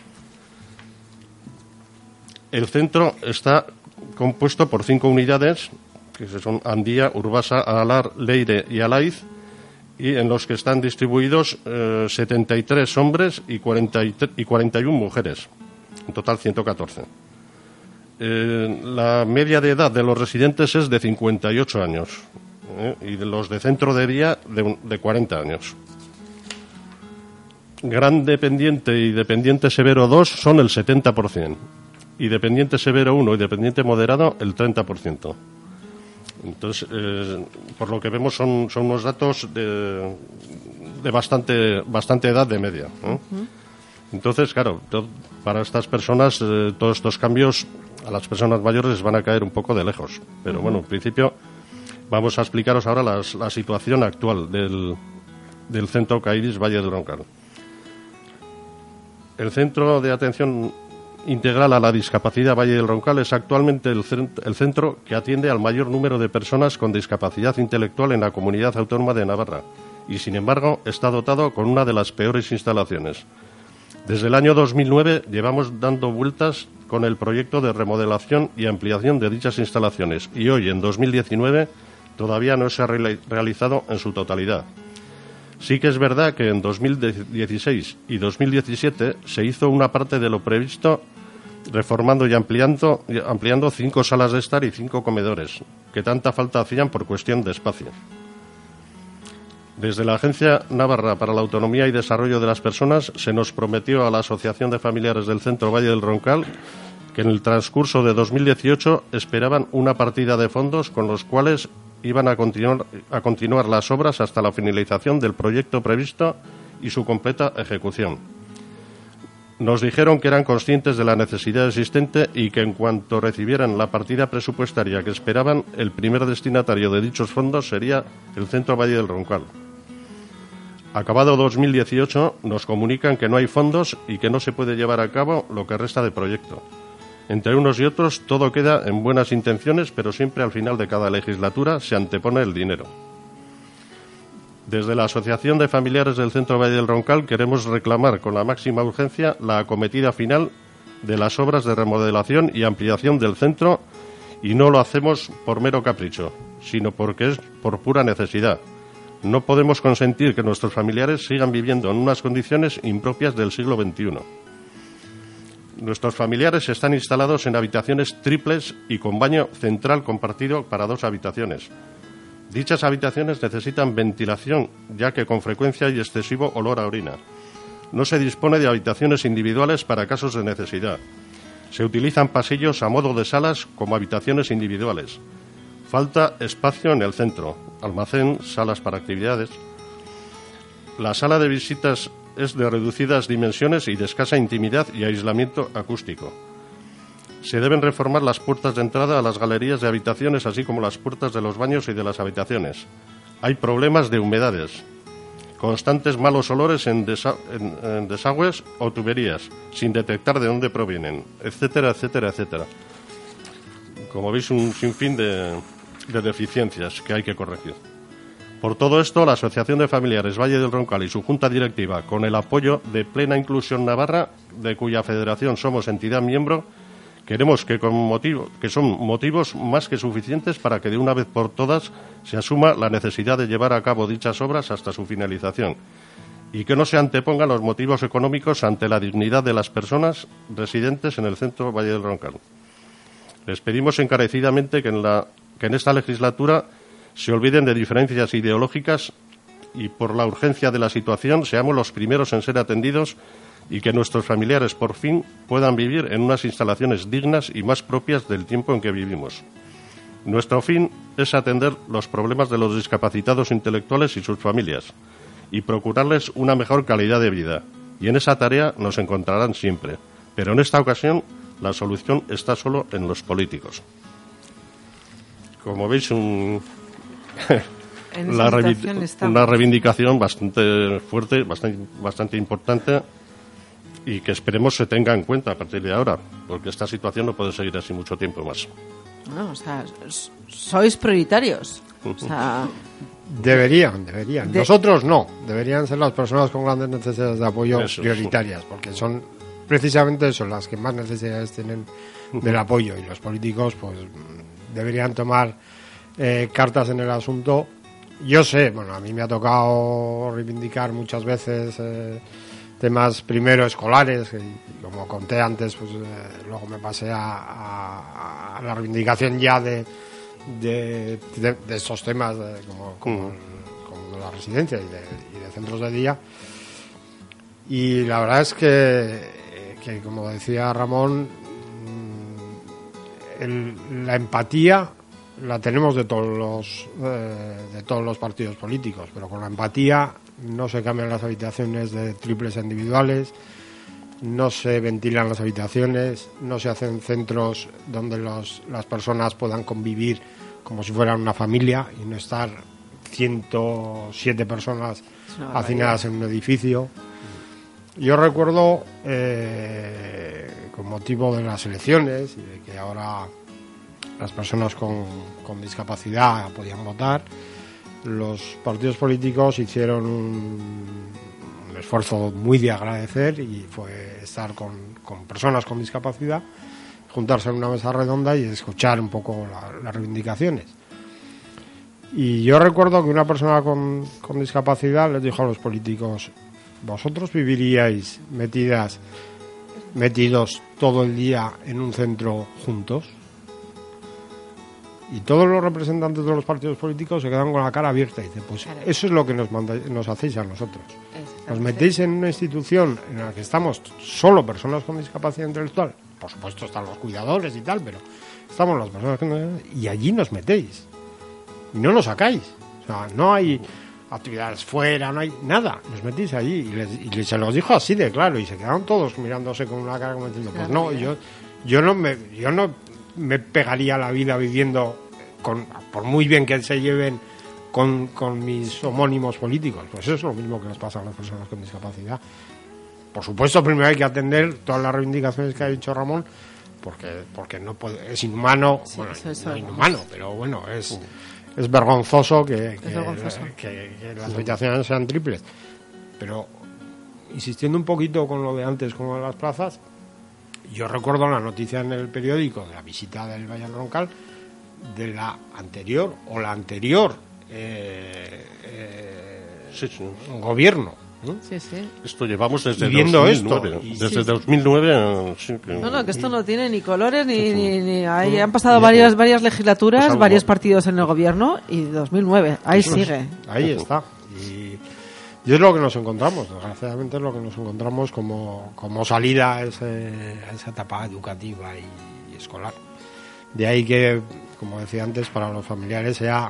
El centro está compuesto por cinco unidades, que son Andía, Urbasa, Alar, Leire y Alaiz, y en los que están distribuidos eh, setenta y tres hombres y, cuarenta y, tre- y cuarenta y uno mujeres, en total ciento catorce. Eh, la media de edad de los residentes es de cincuenta y ocho años, eh, y de los de centro de día de, de cuarenta años. Gran dependiente y dependiente severo dos son el setenta por ciento, y dependiente severo uno y dependiente moderado el treinta por ciento. Entonces, eh, por lo que vemos son, son unos datos de, de bastante, bastante edad de media, ¿eh? Uh-huh. Entonces, claro, to, para estas personas eh, todos estos cambios a las personas mayores les van a caer un poco de lejos. Pero uh-huh. bueno, en principio vamos a explicaros ahora las, la situación actual del, del centro CAIDIS Valle del Roncal. El Centro de Atención Integral a la Discapacidad Valle del Roncal es actualmente el, cent- el centro que atiende al mayor número de personas con discapacidad intelectual en la Comunidad Autónoma de Navarra y, sin embargo, está dotado con una de las peores instalaciones. Desde el año dos mil nueve llevamos dando vueltas con el proyecto de remodelación y ampliación de dichas instalaciones y hoy, en dos mil diecinueve, todavía no se ha re- realizado en su totalidad. Sí que es verdad que en dos mil dieciséis y dos mil diecisiete se hizo una parte de lo previsto reformando y ampliando, ampliando cinco salas de estar y cinco comedores, que tanta falta hacían por cuestión de espacio. Desde la Agencia Navarra para la Autonomía y Desarrollo de las Personas se nos prometió a la Asociación de Familiares del Centro Valle del Roncal que en el transcurso de dos mil dieciocho esperaban una partida de fondos con los cuales iban a continuar, a continuar las obras hasta la finalización del proyecto previsto y su completa ejecución. Nos dijeron que eran conscientes de la necesidad existente y que en cuanto recibieran la partida presupuestaria que esperaban, el primer destinatario de dichos fondos sería el Centro Valle del Roncal. Acabado dos mil dieciocho, nos comunican que no hay fondos y que no se puede llevar a cabo lo que resta de proyecto. Entre unos y otros, todo queda en buenas intenciones, pero siempre al final de cada legislatura se antepone el dinero. Desde la Asociación de Familiares del Centro Valle del Roncal queremos reclamar con la máxima urgencia la acometida final de las obras de remodelación y ampliación del centro, y no lo hacemos por mero capricho, sino porque es por pura necesidad. No podemos consentir que nuestros familiares sigan viviendo en unas condiciones impropias del siglo veintiuno. Nuestros familiares están instalados en habitaciones triples y con baño central compartido para dos habitaciones. Dichas habitaciones necesitan ventilación, ya que con frecuencia hay excesivo olor a orina. No se dispone de habitaciones individuales para casos de necesidad. Se utilizan pasillos a modo de salas como habitaciones individuales. Falta espacio en el centro, almacén, salas para actividades. La sala de visitas es de reducidas dimensiones y de escasa intimidad y aislamiento acústico. Se deben reformar las puertas de entrada a las galerías de habitaciones, así como las puertas de los baños y de las habitaciones. Hay problemas de humedades. constantes malos olores en, desa- en, en desagües o tuberías, sin detectar de dónde provienen, etcétera, etcétera, etcétera. Como veis, un sinfín de, de deficiencias que hay que corregir. Por todo esto, la Asociación de Familiares Valle del Roncal y su Junta Directiva, con el apoyo de Plena Inclusión Navarra, de cuya federación somos entidad miembro, queremos que, con motivo, que son motivos más que suficientes para que de una vez por todas se asuma la necesidad de llevar a cabo dichas obras hasta su finalización y que no se antepongan los motivos económicos ante la dignidad de las personas residentes en el centro Valle del Roncal. Les pedimos encarecidamente que en, la, que en esta legislatura se olviden de diferencias ideológicas y, por la urgencia de la situación, seamos los primeros en ser atendidos y que nuestros familiares por fin puedan vivir en unas instalaciones dignas y más propias del tiempo en que vivimos. Nuestro fin es atender los problemas de los discapacitados intelectuales y sus familias y procurarles una mejor calidad de vida. Y en esa tarea nos encontrarán siempre. Pero en esta ocasión la solución está solo en los políticos. Como veis, un... la revi- una reivindicación bastante fuerte, bastante, bastante importante y que esperemos se tenga en cuenta a partir de ahora, porque esta situación no puede seguir así mucho tiempo más. No, o sea, sois prioritarios. O sea, deberían, deberían. De... Nosotros no, deberían ser las personas con grandes necesidades de apoyo eso, prioritarias, sí. Porque son precisamente eso, las que más necesidades tienen del apoyo, y los políticos pues deberían tomar eh, cartas en el asunto. Yo sé, bueno, a mí me ha tocado reivindicar muchas veces eh, temas primero escolares, y como conté antes, pues eh, luego me pasé a, a, a la reivindicación ya de de, de, de estos temas de, como, como, mm. como de la residencia y de, y de centros de día. Y la verdad es que, que como decía Ramón, el, la empatía la tenemos de todos los eh, de todos los partidos políticos, pero con la empatía no se cambian las habitaciones de triples individuales, no se ventilan las habitaciones, no se hacen centros donde los, las personas puedan convivir como si fueran una familia y no estar ciento siete personas hacinadas en un edificio. Yo recuerdo, eh, con motivo de las elecciones y de que ahora las personas con, con discapacidad podían votar, los partidos políticos hicieron un, un esfuerzo muy de agradecer, y fue estar con, con personas con discapacidad, juntarse en una mesa redonda y escuchar un poco la, las reivindicaciones. Y yo recuerdo que una persona con, con discapacidad les dijo a los políticos: ¿vosotros viviríais metidas, metidos todo el día en un centro juntos? Y todos los representantes de los partidos políticos se quedan con la cara abierta y dicen: pues claro, eso es lo que nos, manda, nos hacéis a nosotros. Nos metéis en una institución en la que estamos solo personas con discapacidad intelectual. Por supuesto están los cuidadores y tal, pero estamos las personas con... y allí nos metéis. Y no nos sacáis. O sea, no hay actividades fuera, no hay nada. Nos metéis allí. Y, les, y se los dijo así de claro. Y se quedaron todos mirándose con una cara como diciendo: pues no, yo, yo no me yo no me pegaría la vida viviendo con, por muy bien que se lleven con, con mis homónimos políticos. Pues eso es lo mismo que les pasa a las personas con discapacidad. Por supuesto, primero hay que atender todas las reivindicaciones que ha dicho Ramón, porque porque no puede, es inhumano, sí, bueno, eso, eso, no inhumano, pero bueno, es, uh. es vergonzoso que, que, es vergonzoso. que, que las habitaciones sean triples. Pero, insistiendo un poquito con lo de antes, con lo de las plazas, yo recuerdo la noticia en el periódico de la visita del Valle del Roncal de la anterior o la anterior eh, eh, sí, sí. gobierno. ¿no? Sí, sí. Esto llevamos desde viendo dos mil nueve. Esto, y desde sí, dos mil nueve. Sí, que... No, no, que esto no tiene ni colores ni, sí, ni, ni ahí han pasado varias varias legislaturas, pues varios partidos en el gobierno y dos mil nueve ahí Eso sigue. Es, ahí está. Y, y es lo que nos encontramos, desgraciadamente es lo que nos encontramos como, como salida a, ese, a esa etapa educativa y, y escolar. De ahí que, como decía antes, para los familiares sea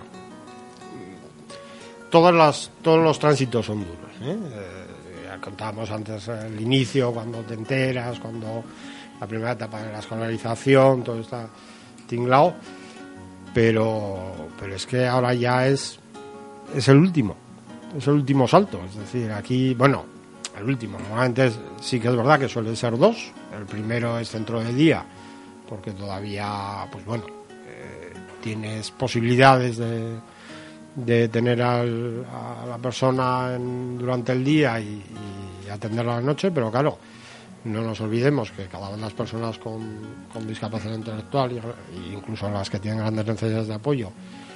todas las todos los tránsitos son duros, ¿eh? Eh, ya contábamos antes el inicio, cuando te enteras, cuando la primera etapa de la escolarización, todo está tinglado, pero pero es que ahora ya es es el último. es el último salto. Es decir, aquí, bueno, el último, normalmente es, sí que es verdad que suele ser dos. El primero es centro de día, porque todavía, pues bueno, eh, tienes posibilidades de, de tener al, a la persona en, durante el día y, y atenderla a la noche, pero claro, no nos olvidemos que cada vez las personas con, con discapacidad intelectual, e incluso las que tienen grandes necesidades de apoyo,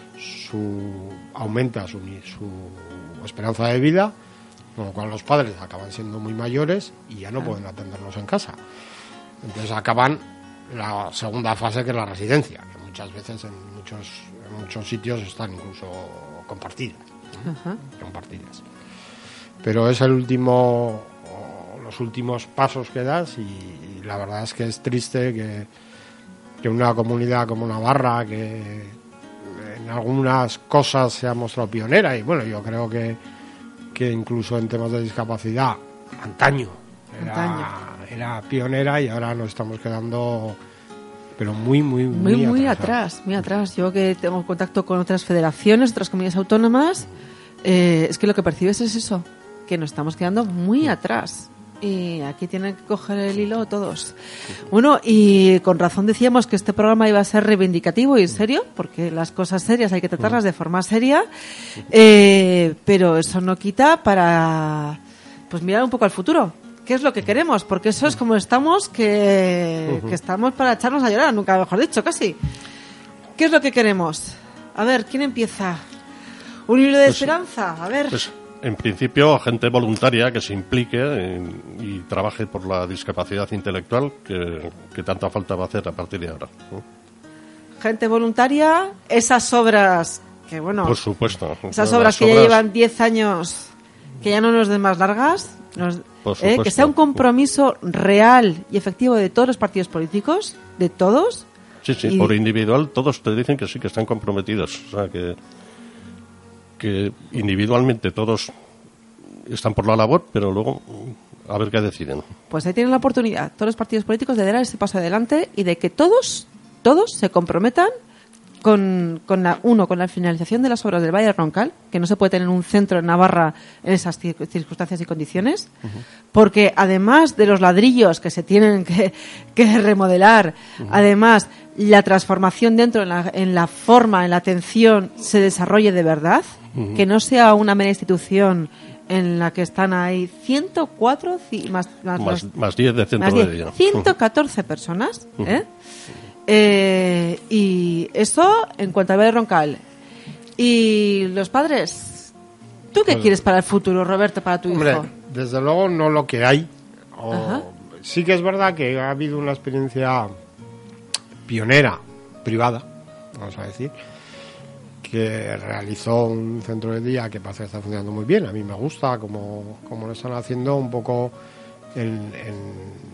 su aumenta su, su esperanza de vida, con lo cual los padres acaban siendo muy mayores y ya no pueden atenderlos en casa. Entonces acaban la segunda fase, que es la residencia, que muchas veces en muchos, en muchos sitios están incluso compartidas, ¿no? Ajá. compartidas. Pero es el último, los últimos pasos que das, y, y la verdad es que es triste que, que una comunidad como Navarra, que en algunas cosas se ha mostrado pionera, y bueno, yo creo que, que incluso en temas de discapacidad antaño era, antaño. era pionera, y ahora nos estamos quedando pero muy muy muy, muy, muy atrás, muy atrás. Yo que tengo contacto con otras federaciones, otras comunidades autónomas, eh, es que lo que percibes es eso, que nos estamos quedando muy sí. atrás. Y aquí tienen que coger el hilo todos. Bueno, y con razón decíamos que este programa iba a ser reivindicativo y serio, porque las cosas serias hay que tratarlas de forma seria, eh, pero eso no quita para pues mirar un poco al futuro. ¿Qué es lo que queremos? Porque eso es como estamos, que, que estamos para echarnos a llorar, nunca mejor dicho, casi. ¿Qué es lo que queremos? A ver, ¿quién empieza? ¿Un hilo de pues, esperanza? A ver... Pues... En principio, gente voluntaria que se implique en, y trabaje por la discapacidad intelectual que, que tanta falta va a hacer a partir de ahora, ¿no? Gente voluntaria, esas obras que, bueno... Por supuesto. Esas obras que obras... ya llevan diez años, que ya no nos den más largas, nos, eh, que sea un compromiso real y efectivo de todos los partidos políticos, de todos. Sí, sí, y... por individual todos te dicen que sí, que están comprometidos, o sea, que... que individualmente todos están por la labor, pero luego a ver qué deciden. Pues ahí tienen la oportunidad, todos los partidos políticos, de dar ese paso adelante y de que todos, todos se comprometan con, con la, uno, con la finalización de las obras del Valle del Roncal, que no se puede tener un centro en Navarra en esas circunstancias y condiciones, uh-huh. porque además de los ladrillos que se tienen que, que remodelar, uh-huh. además la transformación dentro en la, en la forma, en la atención, se desarrolle de verdad, uh-huh. que no sea una mera institución en la que están ahí ciento cuatro más, más, más, más diez de centro de día. ciento catorce uh-huh. personas, ¿eh? Uh-huh. Eh, y eso en cuanto a ver Roncal. Y los padres, ¿tú qué pues, quieres para el futuro, Roberto, para tu hombre, hijo? Desde luego no lo que hay. O, sí que es verdad que ha habido una experiencia pionera, privada, vamos a decir, que realizó un centro de día que parece que está funcionando muy bien. A mí me gusta como, como lo están haciendo, un poco en, en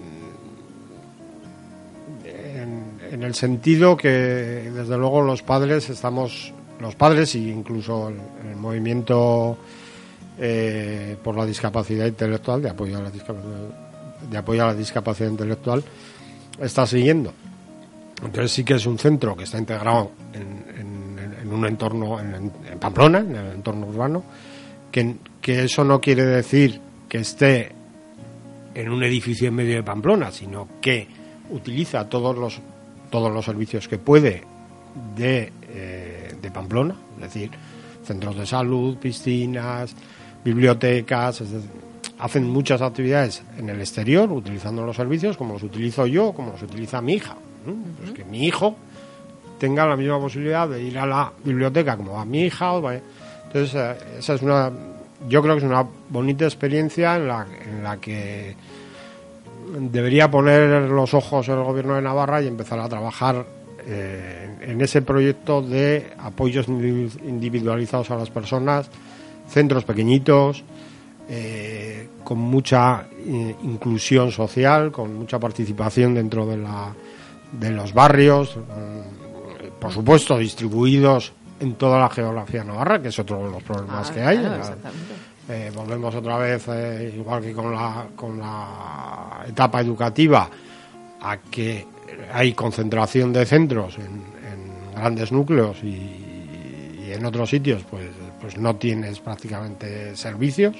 En, en el sentido que desde luego los padres estamos, los padres e incluso el, el movimiento eh, por la discapacidad intelectual, de apoyo a la discapacidad, de apoyo a la discapacidad intelectual, está siguiendo. Entonces sí que es un centro que está integrado en, en, en un entorno, en, en Pamplona, en el entorno urbano, que, que eso no quiere decir que esté en un edificio en medio de Pamplona, sino que utiliza todos los todos los servicios que puede de, eh, de Pamplona, es decir, centros de salud, piscinas, bibliotecas, es decir, hacen muchas actividades en el exterior utilizando los servicios como los utilizo yo, como los utiliza mi hija, ¿no? Uh-huh. Pues que mi hijo tenga la misma posibilidad de ir a la biblioteca como va mi hija. Entonces, eh, esa es una, yo creo que es una bonita experiencia en la, en la que debería poner los ojos el gobierno de Navarra y empezar a trabajar eh, en ese proyecto de apoyos individualizados a las personas, centros pequeñitos, eh, con mucha eh, inclusión social, con mucha participación dentro de la de los barrios, eh, por supuesto distribuidos en toda la geografía navarra, que es otro de los problemas ah, que hay. Claro, la, Eh, volvemos otra vez, eh, igual que con la, con la etapa educativa, a que hay concentración de centros en, en grandes núcleos y, y en otros sitios pues, pues no tienes prácticamente servicios.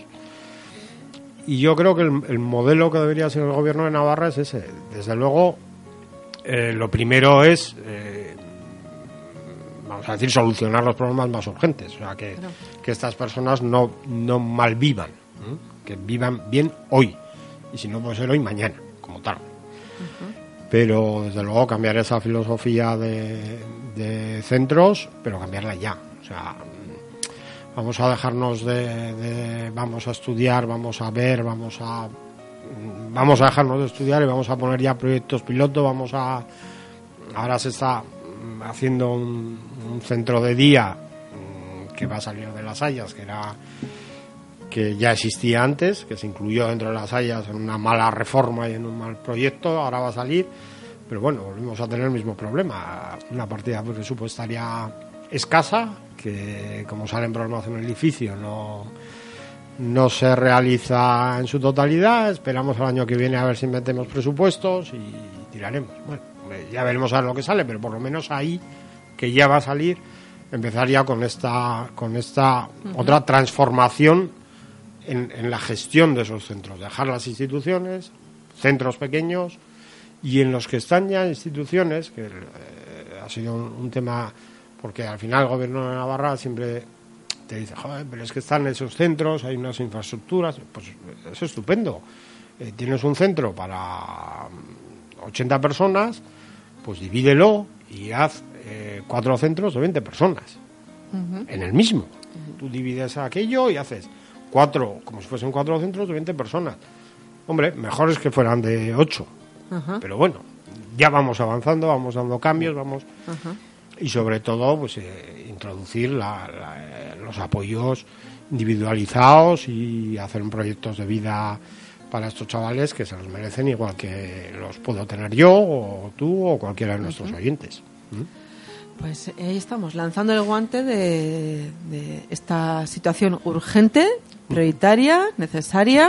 Y yo creo que el, el modelo que debería ser el gobierno de Navarra es ese. Desde luego, eh, lo primero es, eh, vamos a decir, solucionar los problemas más urgentes. O sea, que, claro. que estas personas no, no malvivan, ¿eh? Que vivan bien hoy. Y si no puede ser hoy, mañana, como tal. Uh-huh. Pero, desde luego, cambiar esa filosofía de, de centros, pero cambiarla ya. O sea, vamos a dejarnos de, de... Vamos a estudiar, vamos a ver, vamos a... Vamos a dejarnos de estudiar y vamos a poner ya proyectos piloto, vamos a... Ahora se está haciendo un, un centro de día que va a salir de Las Hayas, que era... que ya existía antes, que se incluyó dentro de Las Hayas en una mala reforma y en un mal proyecto, ahora va a salir, pero bueno, volvemos a tener el mismo problema, una partida presupuestaria escasa, que como salen problemas en el edificio no, no se realiza en su totalidad, esperamos al año que viene a ver si metemos presupuestos y tiraremos. Bueno, ya veremos a ver lo que sale, pero por lo menos ahí, que ya va a salir, empezar ya con esta, con esta uh-huh. otra transformación En, en la gestión de esos centros, dejar las instituciones, centros pequeños, y en los que están ya instituciones, que eh, ha sido un, un tema, porque al final el gobierno de Navarra siempre te dice, joder, pero es que están esos centros, hay unas infraestructuras, pues es estupendo, eh, tienes un centro para ochenta personas, pues divídelo y haz eh, cuatro centros de veinte personas, uh-huh. en el mismo, uh-huh. tú divides aquello y haces cuatro, como si fuesen cuatro centros de veinte personas. Hombre, mejor es que fueran de ocho. Uh-huh. Pero bueno, ya vamos avanzando, vamos dando cambios, vamos... Uh-huh. Y sobre todo, pues eh, introducir la, la, los apoyos individualizados y hacer proyectos de vida para estos chavales que se los merecen igual que los puedo tener yo, o tú, o cualquiera de nuestros uh-huh. oyentes. ¿Mm? Pues ahí estamos, lanzando el guante de, de esta situación urgente, prioritaria, necesaria,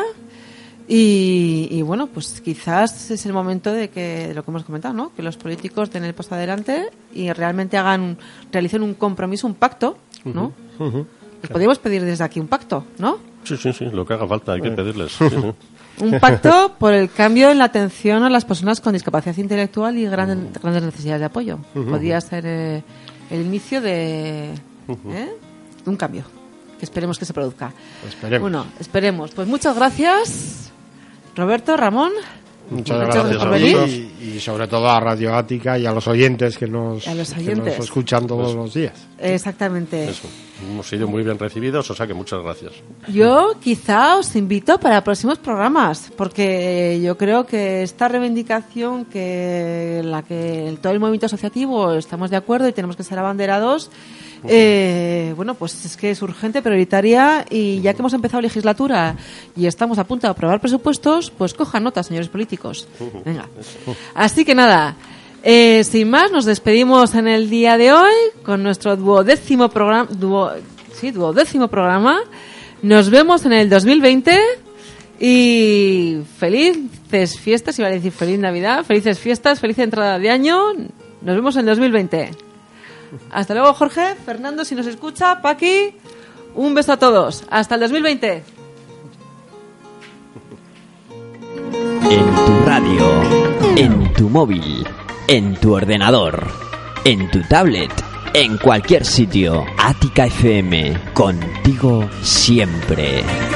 y, y bueno, pues quizás es el momento de que, lo que hemos comentado, ¿no? Que los políticos den el paso adelante y realmente hagan, realicen un compromiso, un pacto, ¿no? Uh-huh, uh-huh. Les podríamos pedir desde aquí un pacto, ¿no? Sí, sí, sí, lo que haga falta, hay que pedirles. Sí, sí. Un pacto por el cambio en la atención a las personas con discapacidad intelectual y grandes, grandes necesidades de apoyo. Uh-huh. Podría ser eh, el inicio de, uh-huh. ¿eh? de un cambio que esperemos que se produzca. Esperemos. Bueno, esperemos. Pues muchas gracias, Roberto, Ramón. Muchas, muchas gracias, gracias a vosotros y, y sobre todo a Radio Ática y a los oyentes que nos, los oyentes. Que nos escuchan todos Eso. los días. Exactamente. Eso. Hemos sido muy bien recibidos, o sea que muchas gracias. Yo quizá os invito para próximos programas, porque yo creo que esta reivindicación que en la que todo el movimiento asociativo estamos de acuerdo y tenemos que ser abanderados, eh, bueno, pues es que es urgente, prioritaria, y ya que hemos empezado legislatura y estamos a punto de aprobar presupuestos, pues cojan nota, señores políticos. Venga. Así que nada, eh, sin más, nos despedimos en el día de hoy con nuestro duodécimo programa, duo, sí, duodécimo programa. Nos vemos en el dos mil veinte y felices fiestas, iba a decir feliz Navidad, felices fiestas, feliz entrada de año. Nos vemos en el dos mil veinte. Hasta luego, Jorge, Fernando, si nos escucha, Paqui, un beso a todos. Hasta el dos mil veinte. En tu radio, en tu móvil, en tu ordenador, en tu tablet, en cualquier sitio. Ática F M, contigo siempre.